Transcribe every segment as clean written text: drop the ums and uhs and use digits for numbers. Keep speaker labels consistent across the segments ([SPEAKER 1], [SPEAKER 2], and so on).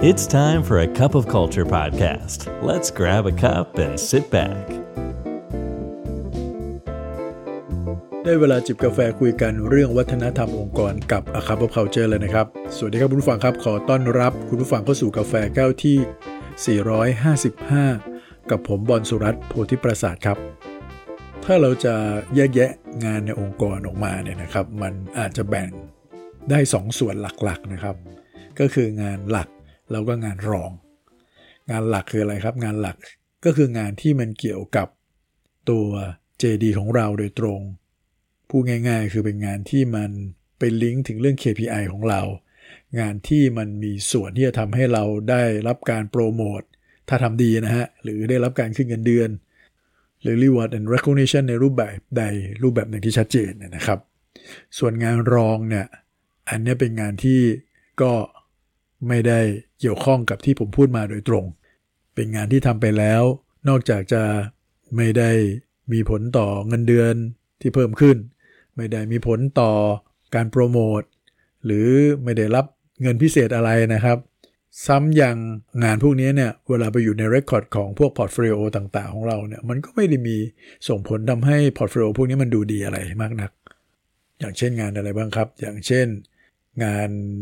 [SPEAKER 1] It's time for a cup of culture podcast. Let's grab a cup and sit back.
[SPEAKER 2] ได้เวลาจิบกาแฟคุยกันเรื่องวัฒนธรรมองค์กรกับ A Cup of Culture เลยนะครับสวัสดีครับคุณผู้ฟังครับขอต้อนรับคุณผู้ฟังเข้าสู่กาแฟแก้วที่455กับผมบอลสุรัตน์โพธิประสาทครับถ้าเราจะแยกแยะงานในองค์กรออกมาเนี่ยนะครับมันอาจจะแบ่งได้2ส่วนหลักๆนะครับก็คืองานหลักแล้วก็งานรองงานหลักคืออะไรครับงานหลักก็คืองานที่มันเกี่ยวกับตัว JD ของเราโดยตรงพูดง่ายๆคือเป็นงานที่มันไปลิงก์ถึงเรื่อง KPI ของเรางานที่มันมีส่วนที่จะทำให้เราได้รับการโปรโมทถ้าทำดีนะฮะหรือได้รับการขึ้นเงินเดือนหรือ reward and recognition ในรูปแบบใดรูปแบบหนึ่งที่ชัดเจนนะครับส่วนงานรองเนี่ยอันนี้เป็นงานที่ก็ไม่ได้เกี่ยวข้องกับที่ผมพูดมาโดยตรงเป็นงานที่ทำไปแล้วนอกจากจะไม่ได้มีผลต่อเงินเดือนที่เพิ่มขึ้นไม่ได้มีผลต่อการโปรโมทหรือไม่ได้รับเงินพิเศษอะไรนะครับซ้ำยังงานพวกนี้เนี่ยเวลาไปอยู่ในเรคคอร์ดของพวกพอร์ตโฟลิโอต่างๆของเราเนี่ยมันก็ไม่ได้มีส่งผลทำให้พอร์ตโฟลิโอพวกนี้มันดูดีอะไรมากนักอย่างเช่นงานอะไรบ้างครับอย่างเช่นงาน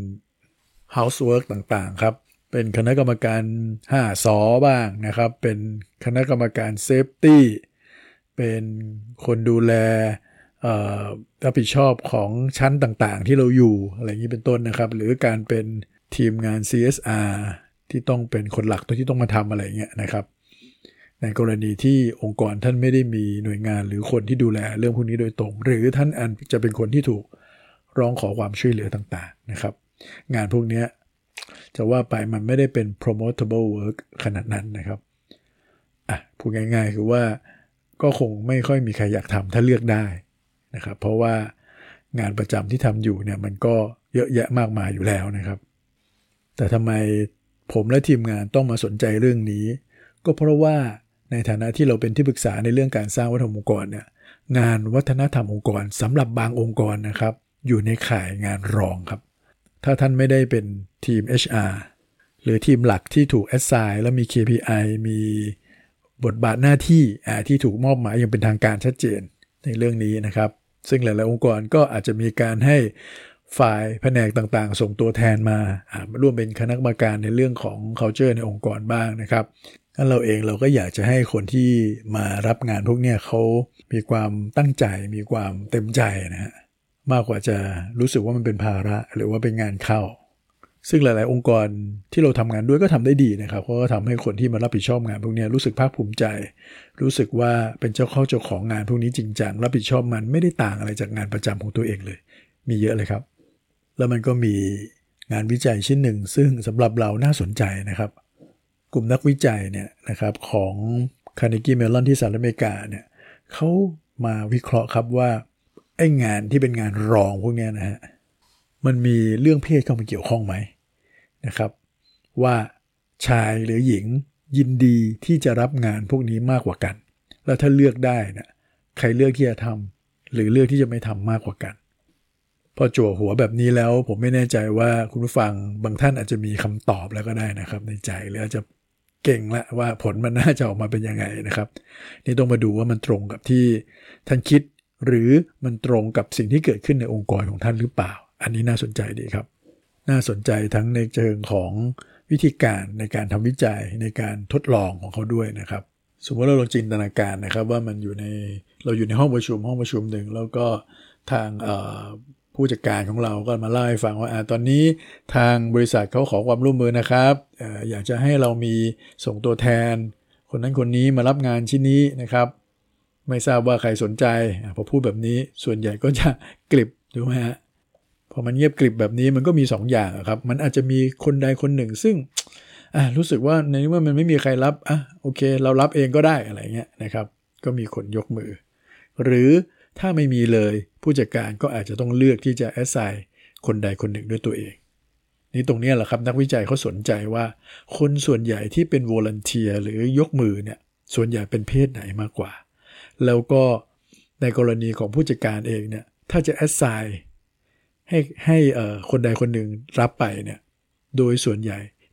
[SPEAKER 2] housework ต่างๆครับเป็นคณะกรรมการ5 สบ้างนะครับเป็นคณะกรรมการเซฟตี้เป็นคนดูแลรับผิดชอบของชั้นต่างๆที่เราอยู่อะไรอย่างนี้เป็นต้นนะครับหรือการเป็นทีมงาน CSR ที่ต้องเป็นคนหลักที่ต้องมาทำอะไรเงี้ยนะครับในกรณีที่องค์กรท่านไม่ได้มีหน่วยงานหรือคนที่ดูแลเรื่องพวกนี้โดยตรงหรือท่านจะเป็นคนที่ถูกร้องขอความช่วยเหลือต่างๆนะครับงานพวกนี้จะว่าไปมันไม่ได้เป็น promotable work ขนาดนั้นนะครับพูดง่ายๆคือว่าก็คงไม่ค่อยมีใครอยากทำถ้าเลือกได้นะครับเพราะว่างานประจำที่ทำอยู่เนี่ยมันก็เยอะแยะมากมายอยู่แล้วนะครับแต่ทำไมผมและทีมงานต้องมาสนใจเรื่องนี้ก็เพราะว่าในฐานะที่เราเป็นที่ปรึกษาในเรื่องการสร้างวัฒนธรรมองค์กรเนี่ยงานวัฒนธรรมองค์กรสำหรับบางองค์กรนะครับอยู่ในข่ายงานรองครับถ้าท่านไม่ได้เป็นทีม HR หรือทีมหลักที่ถูก assign แล้วมี KPI มีบทบาทหน้าที่ที่ถูกมอบหมายอย่างเป็นทางการชัดเจนในเรื่องนี้นะครับซึ่งหลายๆองค์กรก็อาจจะมีการให้ฝ่ายแผนกต่างๆส่งตัวแทนมาร่วมเป็นคณะกรรมการในเรื่องของ culture ในองค์กรบ้างนะครับถ้าเราเองเราก็อยากจะให้คนที่มารับงานพวกนี้เขามีความตั้งใจมีความเต็มใจนะฮะมากกว่าจะรู้สึกว่ามันเป็นภาระหรือว่าเป็นงานเข้าซึ่งหลายๆองค์กรที่เราทำงานด้วยก็ทำได้ดีนะครับเพราะก็ทำให้คนที่มารับผิดชอบงานพวกนี้รู้สึกภาคภูมิใจรู้สึกว่าเป็นเจ้าของงานพวกนี้จริงจังรับผิดชอบมันไม่ได้ต่างอะไรจากงานประจำของตัวเองเลยมีเยอะเลยครับแล้วมันก็มีงานวิจัยชิ้นหนึ่งซึ่งสำหรับเราน่าสนใจนะครับกลุ่มนักวิจัยเนี่ยนะครับของ Carnegie Mellon ที่สหรัฐอเมริกาเนี่ยเขามาวิเคราะห์ครับว่าไอ้งานที่เป็นงานรองพวกนี้นะฮะมันมีเรื่องเพศเข้ามาเกี่ยวข้องไหมนะครับว่าชายหรือหญิงยินดีที่จะรับงานพวกนี้มากกว่ากันแล้วถ้าเลือกได้นะใครเลือกที่จะทำหรือเลือกที่จะไม่ทำมากกว่ากันพอจั่วหัวแบบนี้แล้วผมไม่แน่ใจว่าคุณผู้ฟังบางท่านอาจจะมีคำตอบแล้วก็ได้นะครับในใจหรืออาจจะเก่งละว่าผลมันน่าจะออกมาเป็นยังไงนะครับนี่ต้องมาดูว่ามันตรงกับที่ท่านคิดหรือมันตรงกับสิ่งที่เกิดขึ้นในองค์กรของท่านหรือเปล่าอันนี้น่าสนใจดีครับน่าสนใจทั้งในเชิงของวิธีการในการทำวิจัยในการทดลองของเขาด้วยนะครับสมมติเราลองจินตนาการนะครับว่ามันเราอยู่ในห้องประชุมหนึ่งแล้วก็ทางผู้จัดการของเราก็มาเล่าให้ฟังว่าตอนนี้ทางบริษัทเขาขอความร่วมมือนะครับอยากจะให้เรามีส่งตัวแทนคนนั้นคนนี้มารับงานชิ้นนี้นะครับไม่ทราบว่าใครสนใจพอพูดแบบนี้ส่วนใหญ่ก็จะกลิบถูกไหมฮะพอมันเงียบกริบแบบนี้มันก็มี2 อย่างครับมันอาจจะมีคนใดคนหนึ่งซึ่งรู้สึกว่าในเมื่อมันไม่มีใครรับโอเคเรารับเองก็ได้อะไรเงี้ยนะครับก็มีคนยกมือหรือถ้าไม่มีเลยผู้จัดการก็อาจจะต้องเลือกที่จะ assign คนใดคนหนึ่งด้วยตัวเองนี่ตรงนี้แหละครับนักวิจัยเขาสนใจว่าคนส่วนใหญ่ที่เป็น volunteer หรือยกมือเนี่ยส่วนใหญ่เป็นเพศไหนมากกว่าแล้วก็ในกรณีของผู้จัดการเองเนี่ยถ้าจะ assignให้คนใดคนหนึ่งรับไปเนี่ยโดยส่วนใหญ่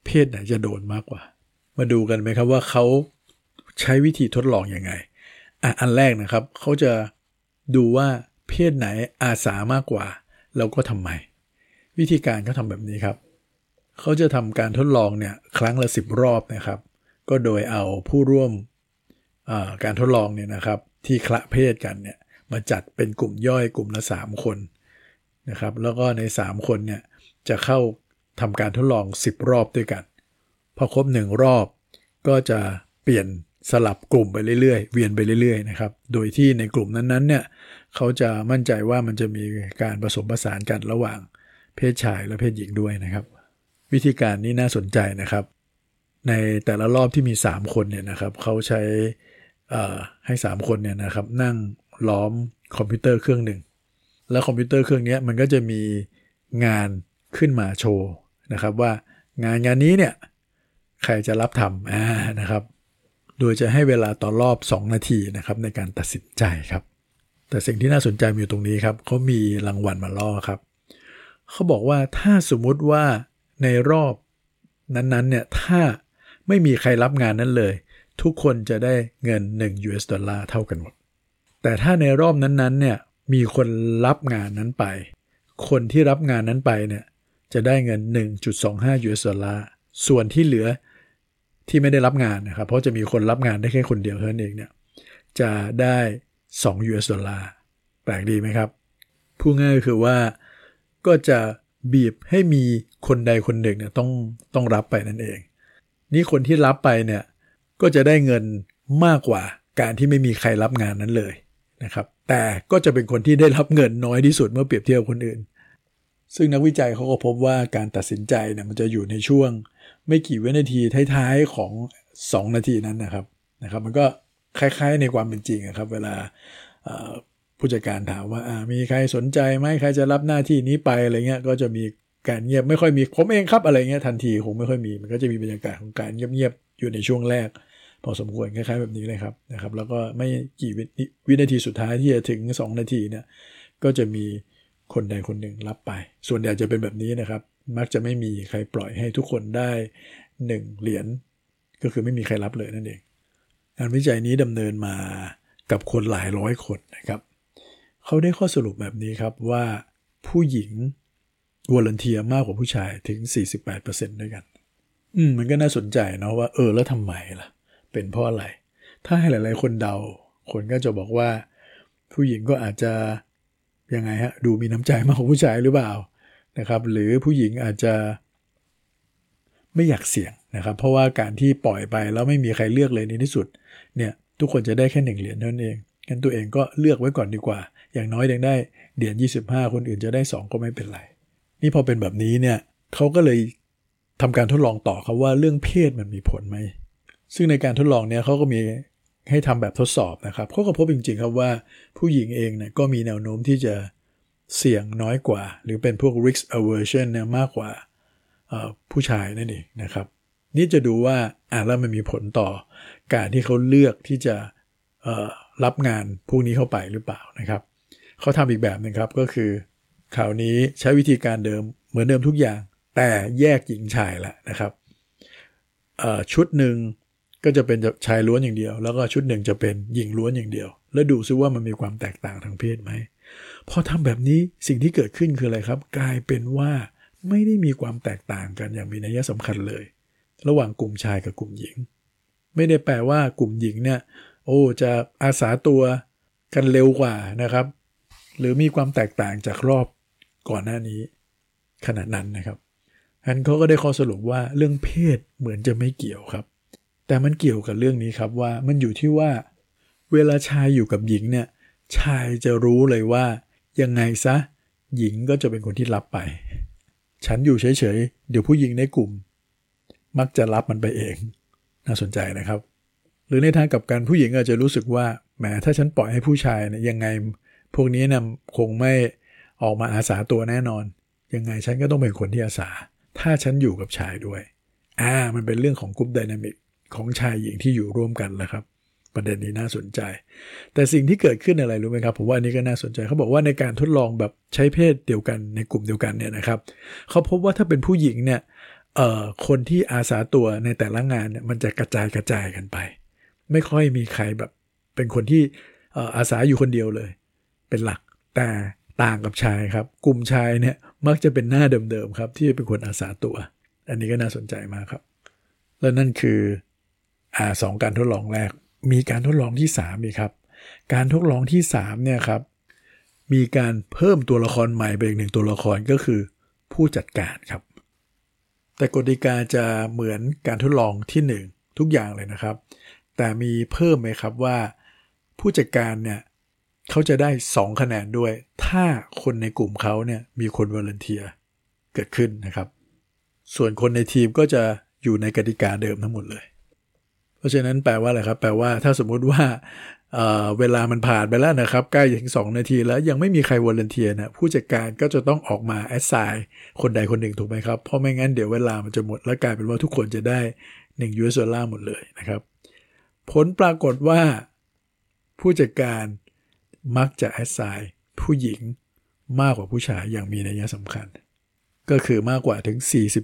[SPEAKER 2] เพศไหนจะโดนมากกว่ามาดูกันไหมครับว่าเขาใช้วิธีทดลองยังไงอันแรกนะครับเขาจะดูว่าเพศไหนอาสามากกว่าแล้วก็ทำไมวิธีการเขาทำแบบนี้ครับเขาจะทำการทดลองเนี่ยครั้งละ10 รอบนะครับก็โดยเอาผู้ร่วมการทดลองเนี่ยนะครับที่คละเพศกันเนี่ยมาจัดเป็นกลุ่มย่อยกลุ่มละ3 คนนะครับแล้วก็ใน3 คนเนี่ยจะเข้าทำการทดลอง10 รอบด้วยกันพอครบ1 รอบก็จะเปลี่ยนสลับกลุ่มไปเรื่อยๆเวียนไปเรื่อยๆนะครับโดยที่ในกลุ่มนั้นๆเนี่ยเขาจะมั่นใจว่ามันจะมีการผสมผสานกันระหว่างเพศชายและเพศหญิงด้วยนะครับวิธีการนี้น่าสนใจนะครับในแต่ละรอบที่มี3 คนเนี่ยนะครับเขาใช้ให้3 คนเนี่ยนะครับนั่งล้อมคอมพิวเตอร์เครื่องหนึ่งแล้วคอมพิวเตอร์เครื่องนี้มันก็จะมีงานขึ้นมาโชว์นะครับว่างานนี้เนี่ยใครจะรับทำนะครับโดยจะให้เวลาต่อรอบ2 นาทีนะครับในการตัดสินใจครับแต่สิ่งที่น่าสนใจมีอยู่ตรงนี้ครับเขามีรางวัลมาล่อครับเขาบอกว่าถ้าสมมุติว่าในรอบนั้นๆเนี่ยถ้าไม่มีใครรับงานนั้นเลยทุกคนจะได้เงิน$1เท่ากันหมดแต่ถ้าในรอบนั้นๆเนี่ยมีคนรับงานนั้นไปคนที่รับงานนั้นไปเนี่ยจะได้เงิน$1.25ส่วนที่เหลือที่ไม่ได้รับงานนะครับเพราะจะมีคนรับงานได้แค่คนเดียวเท่านั้นเองเนี่ยจะได้$2แปลกดีไหมครับพูดง่ายก็คือว่าก็จะบีบให้มีคนใดคนหนึ่งเนี่ยต้องรับไปนั่นเองนี่คนที่รับไปเนี่ยก็จะได้เงินมากกว่าการที่ไม่มีใครรับงานนั้นเลยนะครับแต่ก็จะเป็นคนที่ได้รับเงินน้อยที่สุดเมื่อเปรียบเทียบคนอื่นซึ่งนักวิจัยเขาก็พบว่าการตัดสินใจเนี่ยมันจะอยู่ในช่วงไม่กี่วินาทีท้ายๆของ2 นาทีนั้นนะครับมันก็คล้ายๆในความเป็นจริงครับเวลาผู้จัดการถามว่ามีใครสนใจไหมใครจะรับหน้าที่นี้ไปอะไรเงี้ยก็จะมีการเงียบไม่ค่อยมีผมเองครับอะไรเงี้ยทันทีคงไม่ค่อยมีมันก็จะมีบรรยากาศของการเงียบๆอยู่ในช่วงแรกพอสมควรคล้ายๆแบบนี้เลยครับนะครับแล้วก็ไม่กี่วินาทีสุดท้ายที่จะถึง2 นาทีเนี่ยก็จะมีคนใดคนหนึ่งรับไปส่วนใหญ่จะเป็นแบบนี้นะครับมักจะไม่มีใครปล่อยให้ทุกคนได้$1ก็คือไม่มีใครรับเลยนั่นเองงานวิจัยนี้ดำเนินมากับคนหลายร้อยคนนะครับเขาได้ข้อสรุปแบบนี้ครับว่าผู้หญิงวอลันเทียร์มากกว่าผู้ชายถึง 48% ด้วยกันมันก็น่าสนใจเนาะว่าแล้วทำไมล่ะเป็นเพราะอะไรถ้าให้หลายๆคนเดาคนก็จะบอกว่าผู้หญิงก็อาจจะยังไงฮะดูมีน้ำใจมากกว่าผู้ชายหรือเปล่านะครับหรือผู้หญิงอาจจะไม่อยากเสี่ยงนะครับเพราะว่าการที่ปล่อยไปแล้วไม่มีใครเลือกเลยในที่สุดเนี่ยทุกคนจะได้แค่1 เหรียญเท่านั้นเองงั้นตัวเองก็เลือกไว้ก่อนดีกว่าอย่างน้อยยังได้เหรียญ25คนอื่นจะได้2ก็ไม่เป็นไรนี่พอเป็นแบบนี้เนี่ยเขาก็เลยทำการทดลองต่อครับว่าเรื่องเพศมันมีผลไหมซึ่งในการทดลองเนี่ยเขาก็มีให้ทำแบบทดสอบนะครับเขาก็พบจริงๆครับว่าผู้หญิงเองเนี่ยก็มีแนวโน้มที่จะเสี่ยงน้อยกว่าหรือเป็นพวก risk aversion เนี่ยมากกว่าผู้ชายนั่นเองนะครับนี่จะดูว่าแล้วมันมีผลต่อการที่เขาเลือกที่จะรับงานพวกนี้เข้าไปหรือเปล่านะครับเขาทำอีกแบบนึงครับก็คือคราวนี้ใช้วิธีการเดิมเหมือนเดิมทุกอย่างแต่แยกหญิงชายละนะครับชุดหนึ่งก็จะเป็นชายล้วนอย่างเดียวแล้วก็ชุดหนึ่งจะเป็นหญิงล้วนอย่างเดียวแล้วดูซิว่ามันมีความแตกต่างทางเพศไหมพอทำแบบนี้สิ่งที่เกิดขึ้นคืออะไรครับกลายเป็นว่าไม่ได้มีความแตกต่างกันอย่างมีนัยสำคัญเลยระหว่างกลุ่มชายกับกลุ่มหญิงไม่ได้แปลว่ากลุ่มหญิงเนี่ยจะอาสาตัวกันเร็วกว่านะครับหรือมีความแตกต่างจากรอบก่อนหน้านี้ขนาดนั้นนะครับอันเขาก็ได้ข้อสรุปว่าเรื่องเพศเหมือนจะไม่เกี่ยวครับแต่มันเกี่ยวกับเรื่องนี้ครับว่ามันอยู่ที่ว่าเวลาชายอยู่กับหญิงเนี่ยชายจะรู้เลยว่ายังไงซะหญิงก็จะเป็นคนที่รับไปฉันอยู่เฉยๆเดี๋ยวผู้หญิงในกลุ่มมักจะรับมันไปเองน่าสนใจนะครับหรือในทางกลับกันผู้หญิงอาจจะรู้สึกว่าแหมถ้าฉันปล่อยให้ผู้ชายเนี่ยยังไงพวกนี้เนี่ยคงไม่ออกมาอาสาตัวแน่นอนยังไงฉันก็ต้องเป็นคนที่อาสาถ้าฉันอยู่กับชายด้วยมันเป็นเรื่องของกรุ๊ปไดนามิกของชายหญิงที่อยู่ร่วมกันแหละครับประเด็นนี้น่าสนใจแต่สิ่งที่เกิดขึ้นอะไรรู้ไหมครับผมว่าอันนี้ก็น่าสนใจเขาบอกว่าในการทดลองแบบใช้เพศเดียวกันในกลุ่มเดียวกันเนี่ยนะครับเขาพบว่าถ้าเป็นผู้หญิงเนี่ยคนที่อาสาตัวในแต่ละงานเนี่ยมันจะกระจายกันไปไม่ค่อยมีใครแบบเป็นคนที่อาสาอยู่คนเดียวเลยเป็นหลักแต่ต่างกับชายครับกลุ่มชายเนี่ยมักจะเป็นหน้าเดิมๆครับที่เป็นคนอาสาตัวอันนี้ก็น่าสนใจมากครับแล้วนั่นคือ2การทดลองแรกมีการทดลองที่3อีกครับการทดลองที่3เนี่ยครับมีการเพิ่มตัวละครใหม่ไปอีก1ตัวละครก็คือผู้จัดการครับแต่กติกาจะเหมือนการทดลองที่1ทุกอย่างเลยนะครับแต่มีเพิ่มไหมครับว่าผู้จัดการเนี่ยเขาจะได้2คะแนนด้วยถ้าคนในกลุ่มเขาเนี่ยมีคนวอลันเทียร์เกิดขึ้นนะครับส่วนคนในทีมก็จะอยู่ในกติกาเดิมทั้งหมดเลยเพราะฉะนั้นแปลว่าอะไรครับแปลว่าถ้าสมมุติว่าเวลามันผ่านไปแล้วนะครับใกล้ถึง2นาทีแล้วยังไม่มีใครวอลันเทียร์นะผู้จัดการก็จะต้องออกมาแอสไซน์คนใดคนหนึ่งถูกไหมครับเพราะไม่งั้นเดี๋ยวเวลามันจะหมดแล้วกลายเป็นว่าทุกคนจะได้1 US ดอลลาร์หมดเลยนะครับผลปรากฏว่าผู้จัดการมักจะแอสไซน์ผู้หญิงมากกว่าผู้ชายอย่างมีนัยสำคัญก็คือมากกว่าถึง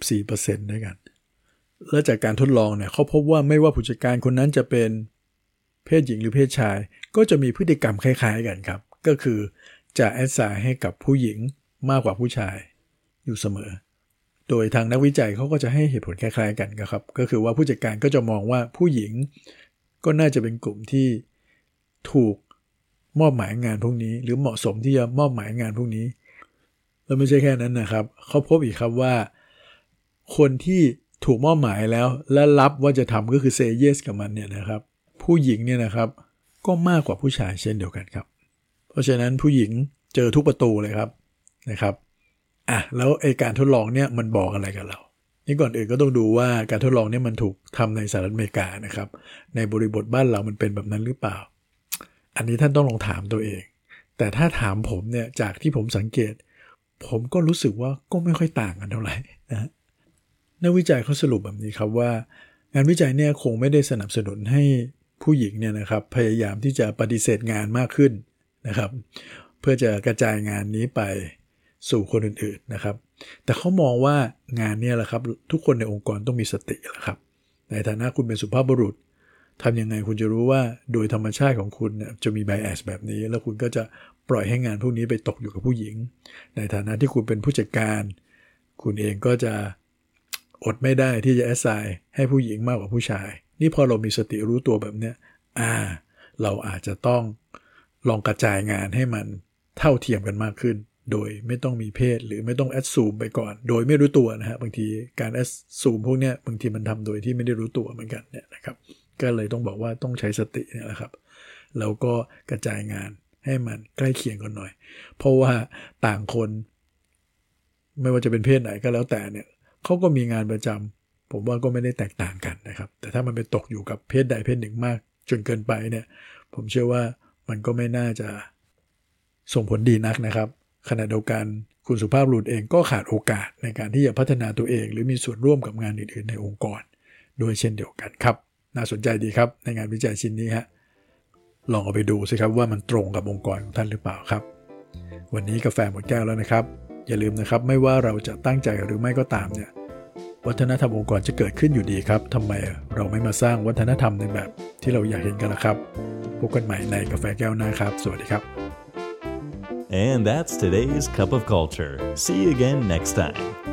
[SPEAKER 2] 44% ด้วยกันและจากการทดลองเนี่ยเขาพบว่าไม่ว่าผู้จัดการคนนั้นจะเป็นเพศหญิงหรือเพศชายก็จะมีพฤติกรรมคล้ายๆกันครับก็คือจะแอสไซน์ให้กับผู้หญิงมากกว่าผู้ชายอยู่เสมอโดยทางนักวิจัยเขาก็จะให้เหตุผลคล้ายๆกันครับก็คือว่าผู้จัดการก็จะมองว่าผู้หญิงก็น่าจะเป็นกลุ่มที่ถูกมอบหมายงานพวกนี้หรือเหมาะสมที่จะมอบหมายงานพวกนี้แล้วไม่ใช่แค่นั้นนะครับเขาพบอีกครับว่าคนที่ถูกมอบหมายแล้วและรับว่าจะทำก็คือ say yes กับมันเนี่ยนะครับผู้หญิงเนี่ยนะครับก็มากกว่าผู้ชายเช่นเดียวกันครับเพราะฉะนั้นผู้หญิงเจอทุกประตูเลยครับนะครับแล้วไอ้การทดลองเนี่ยมันบอกอะไรกับเรานี่ก่อนอื่นก็ต้องดูว่าการทดลองเนี่ยมันถูกทำในสหรัฐอเมริกานะครับในบริบทบ้านเรามันเป็นแบบนั้นหรือเปล่าอันนี้ท่านต้องลองถามตัวเองแต่ถ้าถามผมเนี่ยจากที่ผมสังเกตผมก็รู้สึกว่าก็ไม่ค่อยต่างกันเท่าไหร่นะนักวิจัยเขาสรุปแบบนี้ครับว่างานวิจัยเนี่ยคงไม่ได้สนับสนุนให้ผู้หญิงเนี่ยนะครับพยายามที่จะปฏิเสธงานมากขึ้นนะครับเพื่อจะกระจายงานนี้ไปสู่คนอื่นๆนะครับแต่เขามองว่างานเนี่ยแหละครับทุกคนในองค์กรต้องมีสติแหละครับในฐานะคุณเป็นสุภาพบุรุษทำยังไงคุณจะรู้ว่าโดยธรรมชาติของคุณจะมี bias แบบนี้แล้วคุณก็จะปล่อยให้งานพวกนี้ไปตกอยู่กับผู้หญิงในฐานะที่คุณเป็นผู้จัดการคุณเองก็จะอดไม่ได้ที่จะแอสไซน์ให้ผู้หญิงมากกว่าผู้ชายนี่พอเรามีสติรู้ตัวแบบเนี้ยเราอาจจะต้องลองกระจายงานให้มันเท่าเทียมกันมากขึ้นโดยไม่ต้องมีเพศหรือไม่ต้องแอดซูมไปก่อนโดยไม่รู้ตัวนะฮะบางทีการแอดซูมพวกเนี้ยบางทีมันทำโดยที่ไม่ได้รู้ตัวเหมือนกันเนี่ยนะครับก็เลยต้องบอกว่าต้องใช้สติเนี่ยแหละครับแล้วก็กระจายงานให้มันใกล้เคียงกันหน่อยเพราะว่าต่างคนไม่ว่าจะเป็นเพศไหนก็แล้วแต่เนี่ยเขาก็มีงานประจำผมว่าก็ไม่ได้แตกต่างกันนะครับแต่ถ้ามันไปตกอยู่กับเพศใดเพศหนึ่งมากจนเกินไปเนี่ยผมเชื่อว่ามันก็ไม่น่าจะส่งผลดีนักนะครับขณะเดียวกันคุณสุภาพบุรุษเองก็ขาดโอกาสในการที่จะพัฒนาตัวเองหรือมีส่วนร่วมกับงานอื่นๆในองค์กรด้วยเช่นเดียวกันครับน่าสนใจดีครับในงานวิจัยชิ้นนี้ฮะลองเอาไปดูสิครับว่ามันตรงกับองค์กรของท่านหรือเปล่าครับวันนี้กาแฟหมดแก้วแล้วนะครับอย่าลืมนะครับไม่ว่าเราจะตั้งใจหรือไม่ก็ตามเนี่ยวัฒนธรรมองค์กรจะเกิดขึ้นอยู่ดีครับทำไมเราไม่มาสร้างวัฒนธรรมในแบบที่เราอยากเห็นกันล่ะครับพบกันใหม่ในกาแฟแก้วหน้าครับสวัสดีครับ
[SPEAKER 1] And that's today's Cup of Culture. See you again next time.